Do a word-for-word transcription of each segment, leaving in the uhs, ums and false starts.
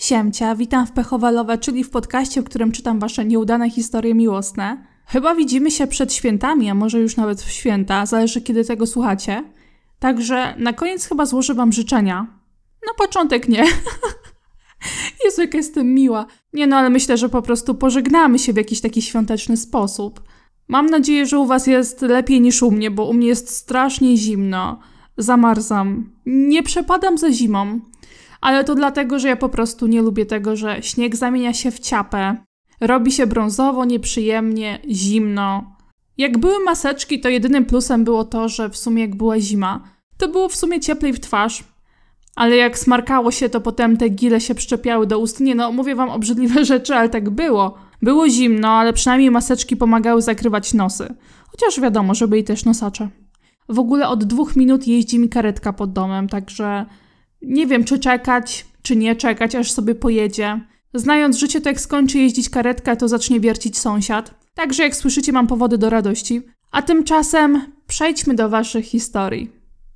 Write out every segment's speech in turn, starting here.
Siemcia, witam w Pechowalowe, czyli w podcaście, w którym czytam wasze nieudane historie miłosne. Chyba widzimy się przed świętami, a może już nawet w święta, zależy kiedy tego słuchacie. Także na koniec chyba złożę wam życzenia. Na początek nie. Jezu, jaka jestem miła. Nie no, ale myślę, że po prostu pożegnamy się w jakiś taki świąteczny sposób. Mam nadzieję, że u was jest lepiej niż u mnie, bo u mnie jest strasznie zimno. Zamarzam. Nie przepadam za zimą. Ale to dlatego, że ja po prostu nie lubię tego, że śnieg zamienia się w ciapę. Robi się brązowo, nieprzyjemnie, zimno. Jak były maseczki, to jedynym plusem było to, że w sumie jak była zima, to było w sumie cieplej w twarz. Ale jak smarkało się, to potem te gile się przyczepiały do ust. Nie no, mówię wam obrzydliwe rzeczy, ale tak było. Było zimno, ale przynajmniej maseczki pomagały zakrywać nosy. Chociaż wiadomo, że byli też nosacze. W ogóle od dwóch minut jeździ mi karetka pod domem, także nie wiem, czy czekać, czy nie czekać, aż sobie pojedzie. Znając życie, to jak skończy jeździć karetka, to zacznie wiercić sąsiad. Także jak słyszycie, mam powody do radości. A tymczasem przejdźmy do waszych historii.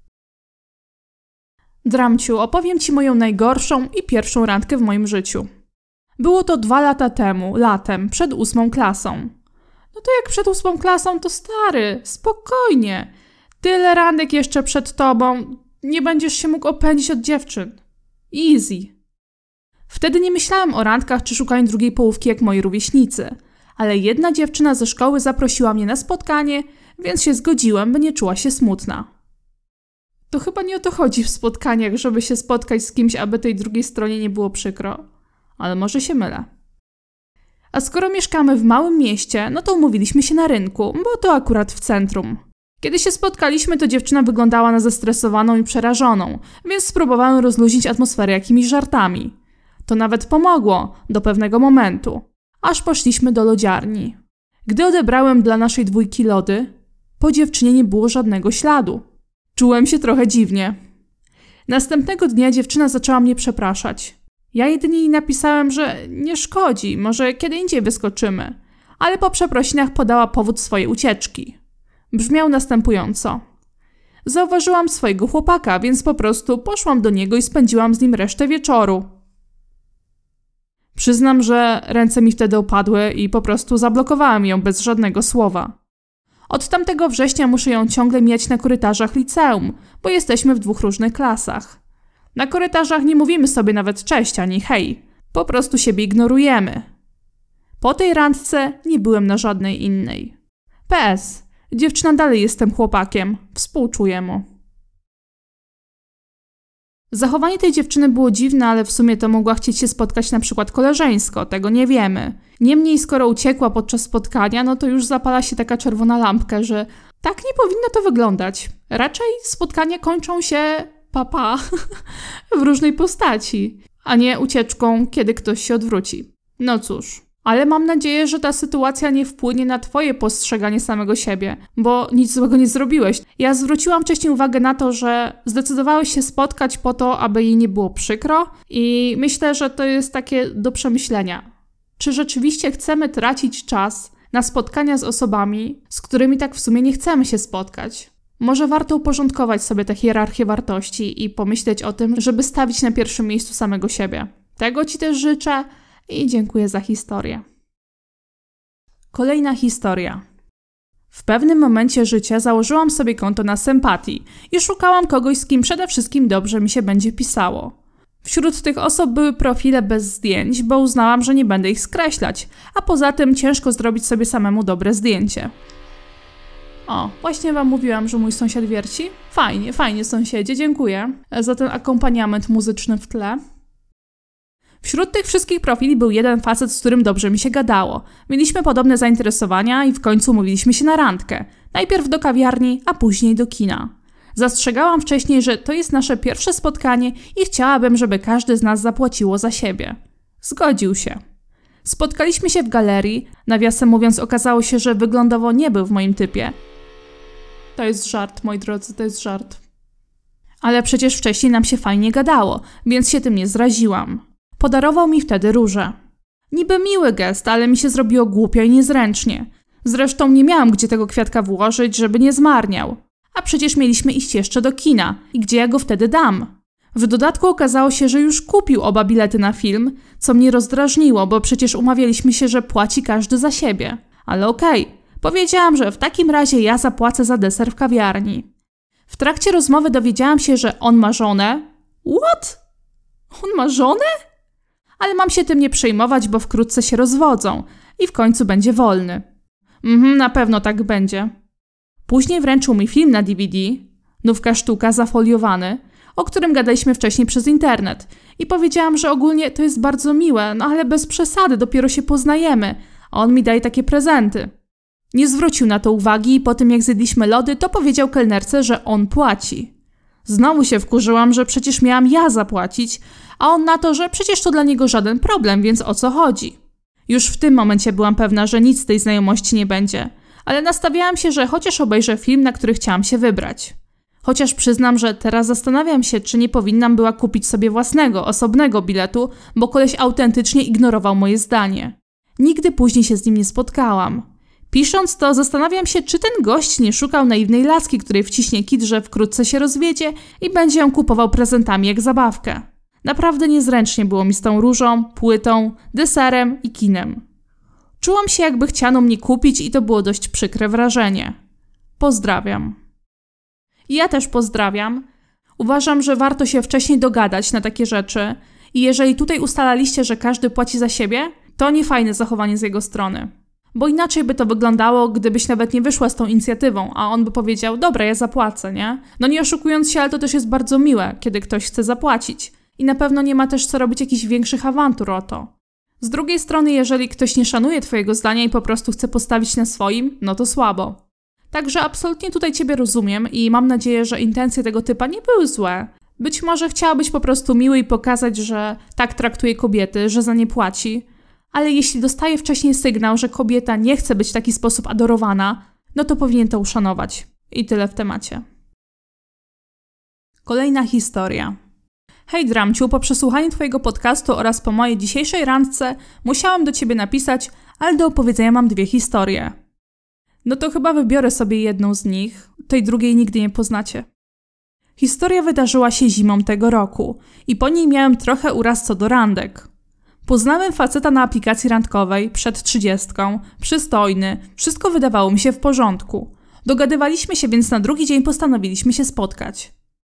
Dramciu, opowiem ci moją najgorszą i pierwszą randkę w moim życiu. Było to dwa lata temu, latem, przed ósmą klasą. No to jak przed ósmą klasą, to stary, spokojnie. Tyle randek jeszcze przed tobą, nie będziesz się mógł opędzić od dziewczyn. Easy. Wtedy nie myślałem o randkach czy szukaniu drugiej połówki jak moi rówieśnicy, ale jedna dziewczyna ze szkoły zaprosiła mnie na spotkanie, więc się zgodziłem, by nie czuła się smutna. To chyba nie o to chodzi w spotkaniach, żeby się spotkać z kimś, aby tej drugiej stronie nie było przykro. Ale może się mylę. A skoro mieszkamy w małym mieście, no to umówiliśmy się na rynku, bo to akurat w centrum. Kiedy się spotkaliśmy, to dziewczyna wyglądała na zestresowaną i przerażoną, więc spróbowałem rozluźnić atmosferę jakimiś żartami. To nawet pomogło, do pewnego momentu. Aż poszliśmy do lodziarni. Gdy odebrałem dla naszej dwójki lody, po dziewczynie nie było żadnego śladu. Czułem się trochę dziwnie. Następnego dnia dziewczyna zaczęła mnie przepraszać. Ja jedynie jej napisałem, że nie szkodzi, może kiedy indziej wyskoczymy. Ale po przeprosinach podała powód swojej ucieczki. Brzmiał następująco. Zauważyłam swojego chłopaka, więc po prostu poszłam do niego i spędziłam z nim resztę wieczoru. Przyznam, że ręce mi wtedy opadły i po prostu zablokowałam ją bez żadnego słowa. Od tamtego września muszę ją ciągle mijać na korytarzach liceum, bo jesteśmy w dwóch różnych klasach. Na korytarzach nie mówimy sobie nawet cześć ani hej, po prostu siebie ignorujemy. Po tej randce nie byłem na żadnej innej. P S. Dziewczyna dalej jest tym chłopakiem. Współczuję mu. Zachowanie tej dziewczyny było dziwne, ale w sumie to mogła chcieć się spotkać na przykład koleżeńsko, tego nie wiemy. Niemniej skoro uciekła podczas spotkania, no to już zapala się taka czerwona lampka, że tak nie powinno to wyglądać. Raczej spotkania kończą się papa w różnej postaci, a nie ucieczką, kiedy ktoś się odwróci. No cóż. Ale mam nadzieję, że ta sytuacja nie wpłynie na twoje postrzeganie samego siebie, bo nic złego nie zrobiłeś. Ja zwróciłam wcześniej uwagę na to, że zdecydowałeś się spotkać po to, aby jej nie było przykro i myślę, że to jest takie do przemyślenia. Czy rzeczywiście chcemy tracić czas na spotkania z osobami, z którymi tak w sumie nie chcemy się spotkać? Może warto uporządkować sobie tę hierarchię wartości i pomyśleć o tym, żeby stawić na pierwszym miejscu samego siebie. Tego ci też życzę. I dziękuję za historię. Kolejna historia. W pewnym momencie życia założyłam sobie konto na Sympatii i szukałam kogoś, z kim przede wszystkim dobrze mi się będzie pisało. Wśród tych osób były profile bez zdjęć, bo uznałam, że nie będę ich skreślać, a poza tym ciężko zrobić sobie samemu dobre zdjęcie. O, właśnie wam mówiłam, że mój sąsiad wierci. Fajnie, fajnie sąsiedzie, dziękuję za ten akompaniament muzyczny w tle. Wśród tych wszystkich profili był jeden facet, z którym dobrze mi się gadało. Mieliśmy podobne zainteresowania i w końcu umówiliśmy się na randkę. Najpierw do kawiarni, a później do kina. Zastrzegałam wcześniej, że to jest nasze pierwsze spotkanie i chciałabym, żeby każdy z nas zapłaciło za siebie. Zgodził się. Spotkaliśmy się w galerii. Nawiasem mówiąc, okazało się, że wyglądowo nie był w moim typie. To jest żart, moi drodzy, to jest żart. Ale przecież wcześniej nam się fajnie gadało, więc się tym nie zraziłam. Podarował mi wtedy różę. Niby miły gest, ale mi się zrobiło głupio i niezręcznie. Zresztą nie miałam gdzie tego kwiatka włożyć, żeby nie zmarniał. A przecież mieliśmy iść jeszcze do kina. I gdzie ja go wtedy dam? W dodatku okazało się, że już kupił oba bilety na film, co mnie rozdrażniło, bo przecież umawialiśmy się, że płaci każdy za siebie. Ale okej, okay. Powiedziałam, że w takim razie ja zapłacę za deser w kawiarni. W trakcie rozmowy dowiedziałam się, że on ma żonę. What? On ma żonę? Ale mam się tym nie przejmować, bo wkrótce się rozwodzą i w końcu będzie wolny. Mhm, na pewno tak będzie. Później wręczył mi film na D V D, nówka sztuka zafoliowany, o którym gadaliśmy wcześniej przez internet. I powiedziałam, że ogólnie to jest bardzo miłe, no ale bez przesady, dopiero się poznajemy, a on mi daje takie prezenty. Nie zwrócił na to uwagi i po tym jak zjedliśmy lody, to powiedział kelnerce, że on płaci. Znowu się wkurzyłam, że przecież miałam ja zapłacić, a on na to, że przecież to dla niego żaden problem, więc o co chodzi? Już w tym momencie byłam pewna, że nic z tej znajomości nie będzie, ale nastawiałam się, że chociaż obejrzę film, na który chciałam się wybrać. Chociaż przyznam, że teraz zastanawiam się, czy nie powinnam była kupić sobie własnego, osobnego biletu, bo koleś autentycznie ignorował moje zdanie. Nigdy później się z nim nie spotkałam. Pisząc to, zastanawiam się, czy ten gość nie szukał naiwnej laski, której wciśnie kit, że wkrótce się rozwiedzie i będzie ją kupował prezentami jak zabawkę. Naprawdę niezręcznie było mi z tą różą, płytą, deserem i kinem. Czułam się, jakby chciano mnie kupić i to było dość przykre wrażenie. Pozdrawiam. I ja też pozdrawiam. Uważam, że warto się wcześniej dogadać na takie rzeczy i jeżeli tutaj ustalaliście, że każdy płaci za siebie, to nie fajne zachowanie z jego strony. Bo inaczej by to wyglądało, gdybyś nawet nie wyszła z tą inicjatywą, a on by powiedział, dobra, ja zapłacę, nie? No nie oszukując się, ale to też jest bardzo miłe, kiedy ktoś chce zapłacić. I na pewno nie ma też co robić jakichś większych awantur o to. Z drugiej strony, jeżeli ktoś nie szanuje twojego zdania i po prostu chce postawić na swoim, no to słabo. Także absolutnie tutaj ciebie rozumiem i mam nadzieję, że intencje tego typa nie były złe. Być może chciałabyś po prostu miły i pokazać, że tak traktuje kobiety, że za nie płaci. Ale jeśli dostaje wcześniej sygnał, że kobieta nie chce być w taki sposób adorowana, no to powinien to uszanować. I tyle w temacie. Kolejna historia. Hej Dramciu, po przesłuchaniu twojego podcastu oraz po mojej dzisiejszej randce musiałam do ciebie napisać, ale do opowiedzenia mam dwie historie. No to chyba wybiorę sobie jedną z nich, tej drugiej nigdy nie poznacie. Historia wydarzyła się zimą tego roku i po niej miałem trochę uraz co do randek. Poznałem faceta na aplikacji randkowej, przed trzydziestką, przystojny, wszystko wydawało mi się w porządku. Dogadywaliśmy się, więc na drugi dzień postanowiliśmy się spotkać.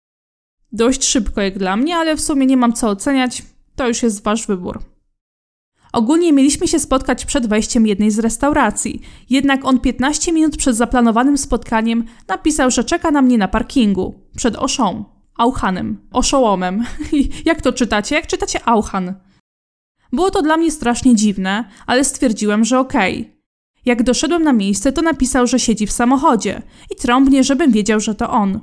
Dość szybko jak dla mnie, ale w sumie nie mam co oceniać, to już jest wasz wybór. Ogólnie mieliśmy się spotkać przed wejściem jednej z restauracji, jednak on piętnaście minut przed zaplanowanym spotkaniem napisał, że czeka na mnie na parkingu, przed Oszą, Auchanem, Oszołomem. Jak to czytacie? Jak czytacie Auchan? Było to dla mnie strasznie dziwne, ale stwierdziłem, że okej. Okay. Jak doszedłem na miejsce, to napisał, że siedzi w samochodzie i trąbnie, żebym wiedział, że to on.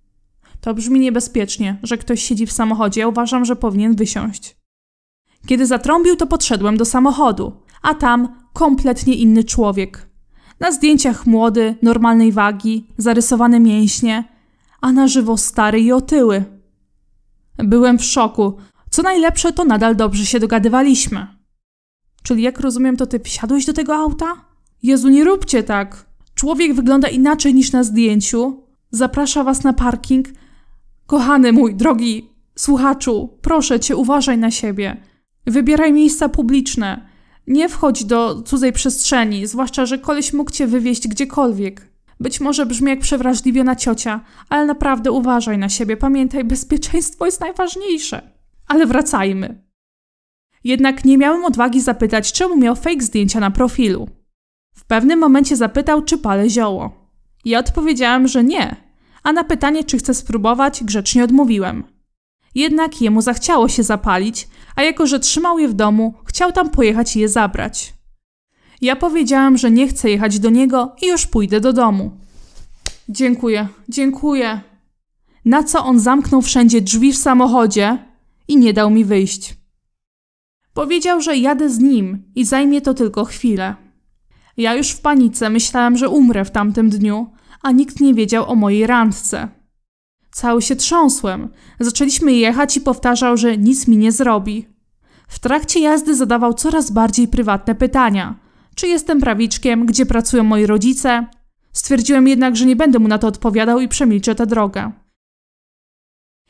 To brzmi niebezpiecznie, że ktoś siedzi w samochodzie, ja uważam, że powinien wysiąść. Kiedy zatrąbił, to podszedłem do samochodu, a tam kompletnie inny człowiek. Na zdjęciach młody, normalnej wagi, zarysowane mięśnie, a na żywo stary i otyły. Byłem w szoku. Co najlepsze, to nadal dobrze się dogadywaliśmy. Czyli jak rozumiem, to ty wsiadłeś do tego auta? Jezu, nie róbcie tak. Człowiek wygląda inaczej niż na zdjęciu. Zaprasza was na parking. Kochany mój, drogi słuchaczu, proszę cię, uważaj na siebie. Wybieraj miejsca publiczne. Nie wchodź do cudzej przestrzeni, zwłaszcza, że koleś mógł cię wywieźć gdziekolwiek. Być może brzmi jak przewrażliwiona ciocia, ale naprawdę uważaj na siebie. Pamiętaj, bezpieczeństwo jest najważniejsze. Ale wracajmy. Jednak nie miałem odwagi zapytać, czemu miał fake zdjęcia na profilu. W pewnym momencie zapytał, czy palę zioło. Ja odpowiedziałem, że nie, a na pytanie, czy chcę spróbować, grzecznie odmówiłem. Jednak jemu zachciało się zapalić, a jako że trzymał je w domu, chciał tam pojechać i je zabrać. Ja powiedziałem, że nie chcę jechać do niego i już pójdę do domu. Dziękuję, dziękuję. Na co on zamknął wszędzie drzwi w samochodzie i nie dał mi wyjść. Powiedział, że jadę z nim i zajmie to tylko chwilę. Ja już w panice myślałem, że umrę w tamtym dniu, a nikt nie wiedział o mojej randce. Cały się trząsłem. Zaczęliśmy jechać i powtarzał, że nic mi nie zrobi. W trakcie jazdy zadawał coraz bardziej prywatne pytania. Czy jestem prawiczkiem, gdzie pracują moi rodzice? Stwierdziłem jednak, że nie będę mu na to odpowiadał i przemilczę tę drogę.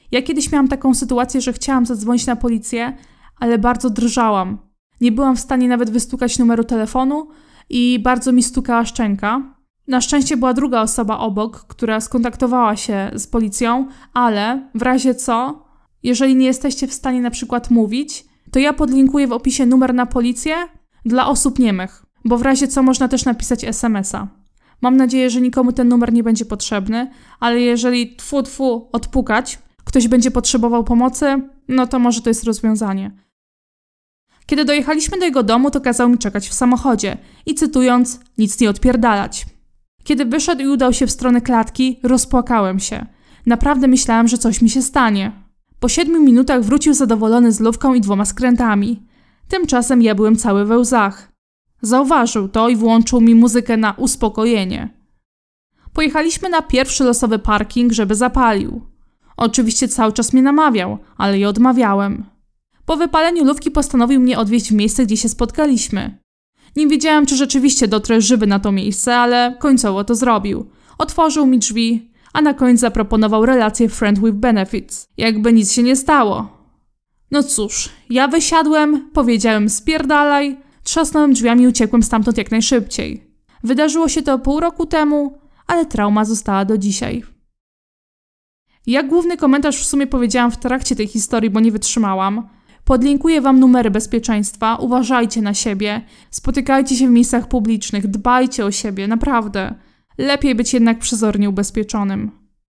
Ja kiedyś miałam taką sytuację, że chciałam zadzwonić na policję, ale bardzo drżałam. Nie byłam w stanie nawet wystukać numeru telefonu i bardzo mi stukała szczęka. Na szczęście była druga osoba obok, która skontaktowała się z policją, ale w razie co, jeżeli nie jesteście w stanie na przykład mówić, to ja podlinkuję w opisie numer na policję dla osób niemych, bo w razie co można też napisać es em es a. Mam nadzieję, że nikomu ten numer nie będzie potrzebny, ale jeżeli tfu tfu odpukać, ktoś będzie potrzebował pomocy, no to może to jest rozwiązanie. Kiedy dojechaliśmy do jego domu, to kazał mi czekać w samochodzie i cytując, nic nie odpierdalać. Kiedy wyszedł i udał się w stronę klatki, rozpłakałem się. Naprawdę myślałem, że coś mi się stanie. Po siedmiu minutach wrócił zadowolony z lufką i dwoma skrętami. Tymczasem ja byłem cały we łzach. Zauważył to i włączył mi muzykę na uspokojenie. Pojechaliśmy na pierwszy losowy parking, żeby zapalił. Oczywiście cały czas mnie namawiał, ale ja odmawiałem. Po wypaleniu lufki postanowił mnie odwieźć w miejsce, gdzie się spotkaliśmy. Nie wiedziałem, czy rzeczywiście dotrę żywy na to miejsce, ale końcowo to zrobił. Otworzył mi drzwi, a na koniec zaproponował relację Friend with Benefits, jakby nic się nie stało. No cóż, ja wysiadłem, powiedziałem spierdalaj, trzasnąłem drzwiami i uciekłem stamtąd jak najszybciej. Wydarzyło się to pół roku temu, ale trauma została do dzisiaj. Ja główny komentarz w sumie powiedziałam w trakcie tej historii, bo nie wytrzymałam. Podlinkuję wam numery bezpieczeństwa, uważajcie na siebie, spotykajcie się w miejscach publicznych, dbajcie o siebie, naprawdę. Lepiej być jednak przezornie ubezpieczonym.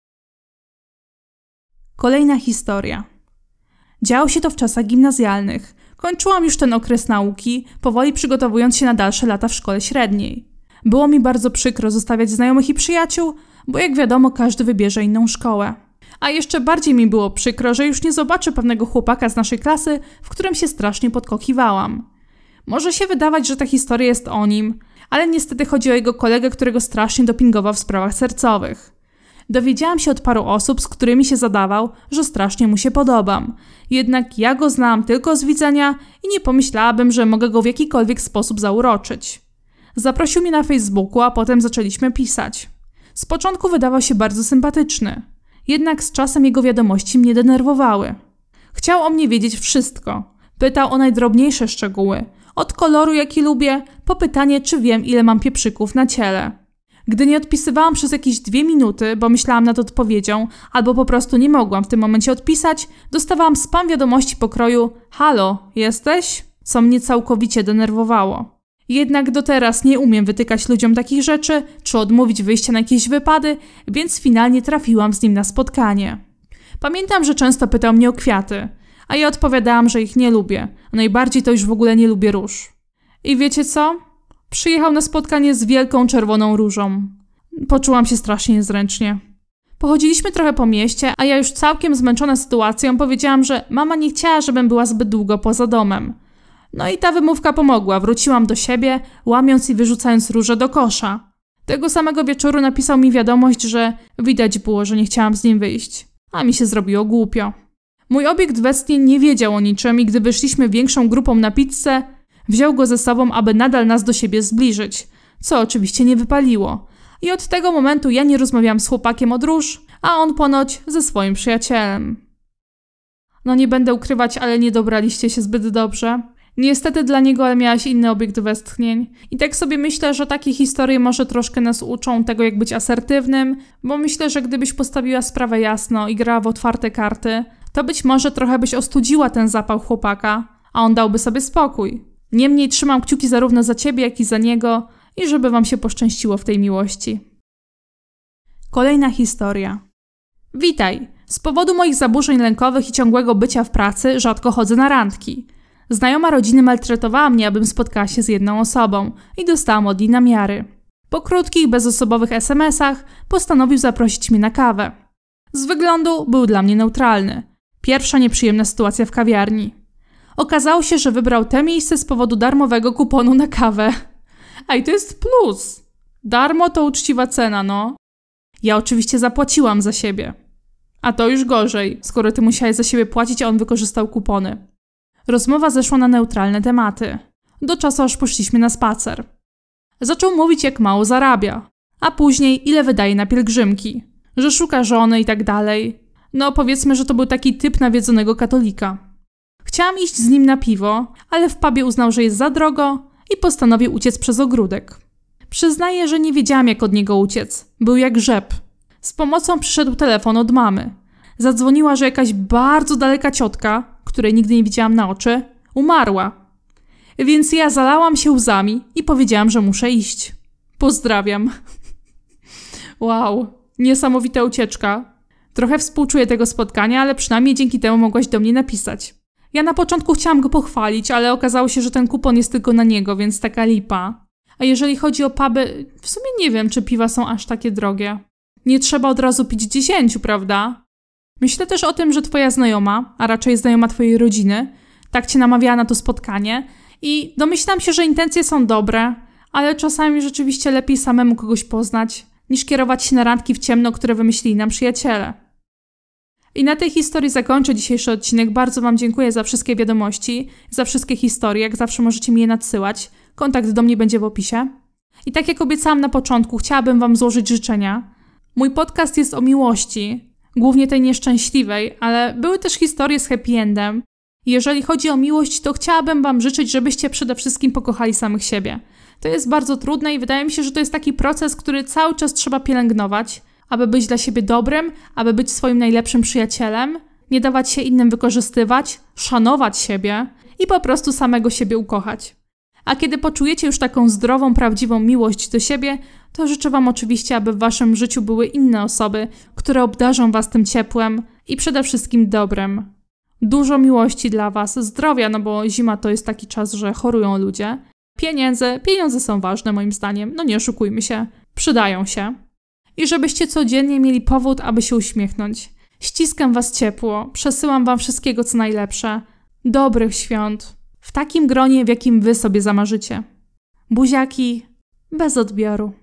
Kolejna historia. Działo się to w czasach gimnazjalnych. Kończyłam już ten okres nauki, powoli przygotowując się na dalsze lata w szkole średniej. Było mi bardzo przykro zostawiać znajomych i przyjaciół, bo jak wiadomo każdy wybierze inną szkołę. A jeszcze bardziej mi było przykro, że już nie zobaczę pewnego chłopaka z naszej klasy, w którym się strasznie podkochiwałam. Może się wydawać, że ta historia jest o nim, ale niestety chodzi o jego kolegę, którego strasznie dopingował w sprawach sercowych. Dowiedziałam się od paru osób, z którymi się zadawał, że strasznie mu się podobam. Jednak ja go znałam tylko z widzenia i nie pomyślałabym, że mogę go w jakikolwiek sposób zauroczyć. Zaprosił mnie na Facebooku, a potem zaczęliśmy pisać. Z początku wydawał się bardzo sympatyczny. Jednak z czasem jego wiadomości mnie denerwowały. Chciał o mnie wiedzieć wszystko. Pytał o najdrobniejsze szczegóły. Od koloru, jaki lubię, po pytanie, czy wiem, ile mam pieprzyków na ciele. Gdy nie odpisywałam przez jakieś dwie minuty, bo myślałam nad odpowiedzią, albo po prostu nie mogłam w tym momencie odpisać, dostawałam spam wiadomości pokroju „Halo, jesteś?”, co mnie całkowicie denerwowało. Jednak do teraz nie umiem wytykać ludziom takich rzeczy, czy odmówić wyjścia na jakieś wypady, więc finalnie trafiłam z nim na spotkanie. Pamiętam, że często pytał mnie o kwiaty, a ja odpowiadałam, że ich nie lubię, a najbardziej to już w ogóle nie lubię róż. I wiecie co? Przyjechał na spotkanie z wielką czerwoną różą. Poczułam się strasznie niezręcznie. Pochodziliśmy trochę po mieście, a ja już całkiem zmęczona sytuacją powiedziałam, że mama nie chciała, żebym była zbyt długo poza domem. No i ta wymówka pomogła, wróciłam do siebie, łamiąc i wyrzucając róże do kosza. Tego samego wieczoru napisał mi wiadomość, że widać było, że nie chciałam z nim wyjść, a mi się zrobiło głupio. Mój obiekt westchnień nie wiedział o niczym i gdy wyszliśmy większą grupą na pizzę, wziął go ze sobą, aby nadal nas do siebie zbliżyć, co oczywiście nie wypaliło. I od tego momentu ja nie rozmawiałam z chłopakiem od róż, a on ponoć ze swoim przyjacielem. No nie będę ukrywać, ale nie dobraliście się zbyt dobrze. Niestety dla niego, ale miałaś inny obiekt westchnień. I tak sobie myślę, że takie historie może troszkę nas uczą tego, jak być asertywnym, bo myślę, że gdybyś postawiła sprawę jasno i grała w otwarte karty, to być może trochę byś ostudziła ten zapał chłopaka, a on dałby sobie spokój. Niemniej trzymam kciuki zarówno za ciebie, jak i za niego i żeby wam się poszczęściło w tej miłości. Kolejna historia. Witaj! Z powodu moich zaburzeń lękowych i ciągłego bycia w pracy rzadko chodzę na randki. Znajoma rodziny maltretowała mnie, abym spotkała się z jedną osobą i dostałam od niej namiary. Po krótkich, bezosobowych es em esach postanowił zaprosić mnie na kawę. Z wyglądu był dla mnie neutralny. Pierwsza nieprzyjemna sytuacja w kawiarni. Okazało się, że wybrał te miejsce z powodu darmowego kuponu na kawę. A i to jest plus. Darmo to uczciwa cena, no. Ja oczywiście zapłaciłam za siebie. A to już gorzej, skoro ty musiałeś za siebie płacić, a on wykorzystał kupony. Rozmowa zeszła na neutralne tematy. Do czasu aż poszliśmy na spacer. Zaczął mówić, jak mało zarabia, a później ile wydaje na pielgrzymki, że szuka żony i tak dalej. No powiedzmy, że to był taki typ nawiedzonego katolika. Chciałam iść z nim na piwo, ale w pubie uznał, że jest za drogo i postanowił uciec przez ogródek. Przyznaję, że nie wiedziałam, jak od niego uciec. Był jak rzep. Z pomocą przyszedł telefon od mamy. Zadzwoniła, że jakaś bardzo daleka ciotka, której nigdy nie widziałam na oczy, umarła. Więc ja zalałam się łzami i powiedziałam, że muszę iść. Pozdrawiam. Wow, niesamowita ucieczka. Trochę współczuję tego spotkania, ale przynajmniej dzięki temu mogłaś do mnie napisać. Ja na początku chciałam go pochwalić, ale okazało się, że ten kupon jest tylko na niego, więc taka lipa. A jeżeli chodzi o puby, w sumie nie wiem, czy piwa są aż takie drogie. Nie trzeba od razu pić dziesięciu, prawda? Myślę też o tym, że twoja znajoma, a raczej znajoma twojej rodziny, tak cię namawiała na to spotkanie i domyślam się, że intencje są dobre, ale czasami rzeczywiście lepiej samemu kogoś poznać, niż kierować się na randki w ciemno, które wymyślili nam przyjaciele. I na tej historii zakończę dzisiejszy odcinek. Bardzo wam dziękuję za wszystkie wiadomości, za wszystkie historie. Jak zawsze możecie mi je nadsyłać. Kontakt do mnie będzie w opisie. I tak jak obiecałam na początku, chciałabym wam złożyć życzenia. Mój podcast jest o miłości, głównie tej nieszczęśliwej, ale były też historie z happy endem. Jeżeli chodzi o miłość, to chciałabym wam życzyć, żebyście przede wszystkim pokochali samych siebie. To jest bardzo trudne i wydaje mi się, że to jest taki proces, który cały czas trzeba pielęgnować, aby być dla siebie dobrym, aby być swoim najlepszym przyjacielem, nie dawać się innym wykorzystywać, szanować siebie i po prostu samego siebie ukochać. A kiedy poczujecie już taką zdrową, prawdziwą miłość do siebie, to życzę wam oczywiście, aby w waszym życiu były inne osoby, które obdarzą was tym ciepłem i przede wszystkim dobrem. Dużo miłości dla was, zdrowia, no bo zima to jest taki czas, że chorują ludzie. Pieniądze, pieniądze są ważne moim zdaniem, no nie oszukujmy się, przydają się. I żebyście codziennie mieli powód, aby się uśmiechnąć. Ściskam was ciepło, przesyłam wam wszystkiego co najlepsze. Dobrych świąt. W takim gronie, w jakim wy sobie zamarzycie. Buziaki bez odbioru.